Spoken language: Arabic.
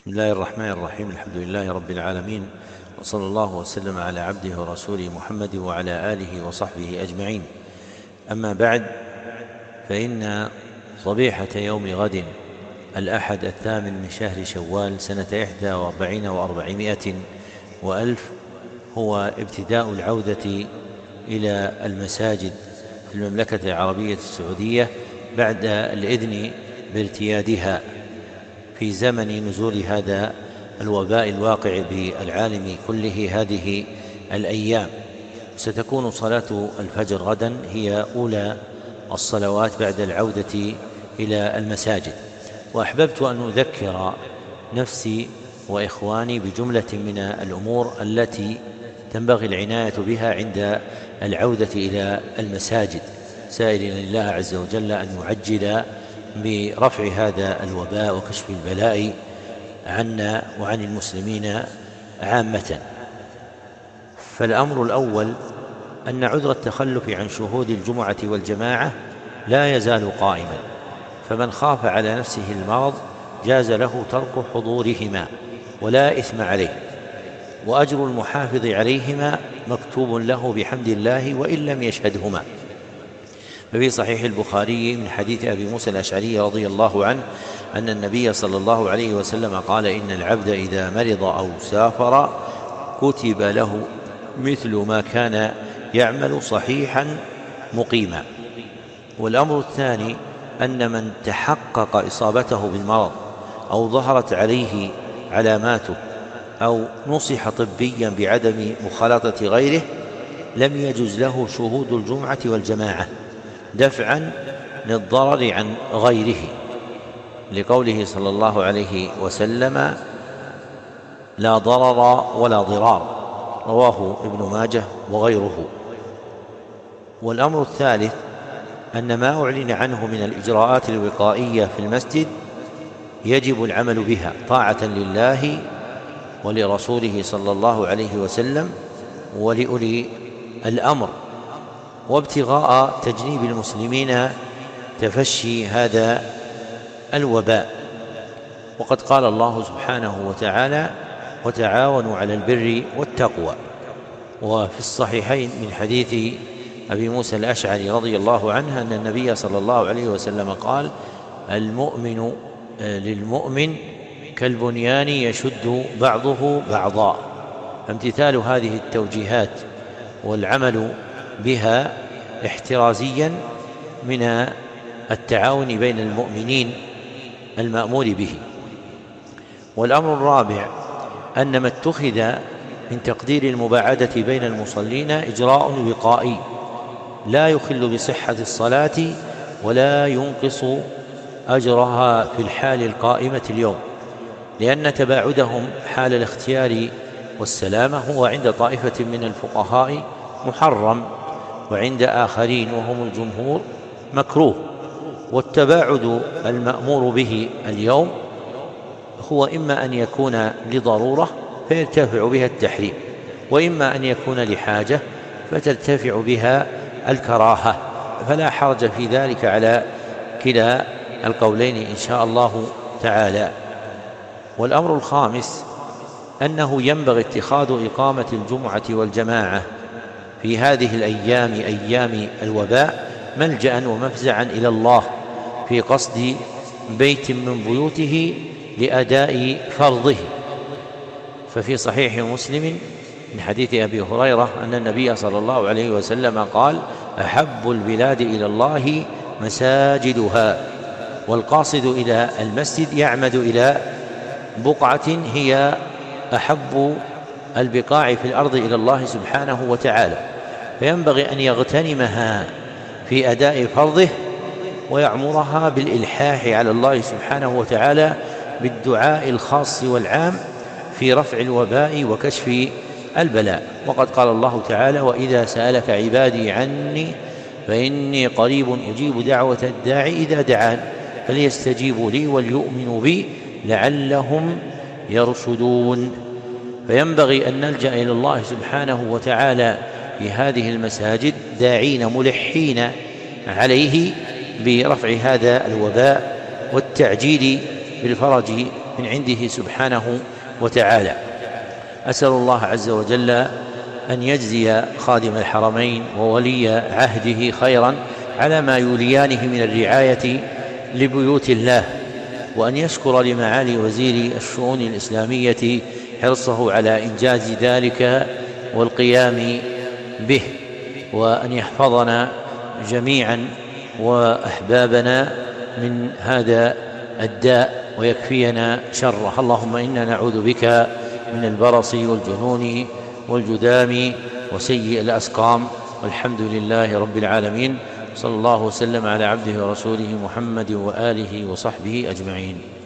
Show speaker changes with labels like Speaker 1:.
Speaker 1: بسم الله الرحمن الرحيم. الحمد لله رب العالمين، وصلى الله وسلم على عبده ورسوله محمد وعلى آله وصحبه أجمعين. أما بعد، فإن صبيحة يوم غد الأحد 8 من شهر شوال سنة 41 و400 وألف هو ابتداء العودة إلى المساجد في المملكة العربية السعودية بعد الإذن بارتيادها في زمن نزول هذا الوباء الواقع بالعالم كله هذه الأيام. ستكون صلاة الفجر غدا هي أولى الصلوات بعد العودة إلى المساجد، وأحببت أن أذكر نفسي وإخواني بجملة من الأمور التي تنبغي العناية بها عند العودة إلى المساجد، سائلين الله عز وجل أن يعجل برفع هذا الوباء وكشف البلاء عنا وعن المسلمين عامة. فالأمر الأول أن عذر التخلف عن شهود الجمعة والجماعة لا يزال قائما، فمن خاف على نفسه المرض جاز له ترك حضورهما ولا إثم عليه، وأجر المحافظ عليهما مكتوب له بحمد الله وإن لم يشهدهما. ففي صحيح البخاري من حديث أبي موسى الأشعري رضي الله عنه أن النبي صلى الله عليه وسلم قال: إن العبد إذا مرض أو سافر كتب له مثل ما كان يعمل صحيحا مقيما. والأمر الثاني أن من تحقق إصابته بالمرض أو ظهرت عليه علاماته أو نصح طبيا بعدم مخالطة غيره لم يجز له شهود الجمعة والجماعة دفعا للضرر عن غيره، لقوله صلى الله عليه وسلم: لا ضرر ولا ضرار، رواه ابن ماجه وغيره. والأمر الثالث أن ما أعلن عنه من الإجراءات الوقائية في المسجد يجب العمل بها طاعة لله ولرسوله صلى الله عليه وسلم ولأولي الأمر، وابتغاء تجنيب المسلمين تفشي هذا الوباء. وقد قال الله سبحانه وتعالى: وتعاونوا على البر والتقوى. وفي الصحيحين من حديث أبي موسى الأشعري رضي الله عنه أن النبي صلى الله عليه وسلم قال: المؤمن للمؤمن كالبنيان يشد بعضه بعضا. فامتثال هذه التوجيهات والعمل بها احترازيا من التعاون بين المؤمنين المأمور به. والأمر الرابع أن ما اتخذ من تقدير المباعدة بين المصلين إجراء وقائي لا يخل بصحة الصلاة ولا ينقص أجرها في الحال القائمة اليوم، لأن تباعدهم حال الاختيار والسلامة هو عند طائفة من الفقهاء محرم، وعند آخرين وهم الجمهور مكروه. والتباعد المأمور به اليوم هو إما أن يكون لضرورة فيرتفع بها التحريم، وإما أن يكون لحاجة فترتفع بها الكراهة، فلا حرج في ذلك على كلا القولين إن شاء الله تعالى. والأمر الخامس أنه ينبغي اتخاذ إقامة الجمعة والجماعة في هذه الأيام أيام الوباء ملجأ ومفزعا إلى الله في قصد بيت من بيوته لأداء فرضه. ففي صحيح مسلم من حديث أبي هريرة أن النبي صلى الله عليه وسلم قال: أحب البلاد إلى الله مساجدها. والقاصد إلى المسجد يعمد إلى بقعة هي أحب البقاع في الأرض إلى الله سبحانه وتعالى، فينبغي أن يغتنمها في أداء فرضه ويعمرها بالإلحاح على الله سبحانه وتعالى بالدعاء الخاص والعام في رفع الوباء وكشف البلاء. وقد قال الله تعالى: وإذا سألك عبادي عني فإني قريب أجيب دعوة الداعي إذا دعان فليستجيبوا لي وليؤمنوا بي لعلهم يرشدون. فينبغي أن نلجأ إلى الله سبحانه وتعالى في هذه المساجد داعين ملحين عليه برفع هذا الوباء والتعجيل بالفرج من عنده سبحانه وتعالى. أسأل الله عز وجل أن يجزي خادم الحرمين وولي عهده خيرا على ما يوليانه من الرعاية لبيوت الله، وأن يشكر لمعالي وزير الشؤون الإسلامية حرصه على إنجاز ذلك والقيام به، وأن يحفظنا جميعا وأحبابنا من هذا الداء ويكفينا شره. اللهم إنا نعوذ بك من البرص والجنون والجذام وسيء الأسقام، والحمد لله رب العالمين. صلى الله وسلم على عبده ورسوله محمد وآله وصحبه أجمعين.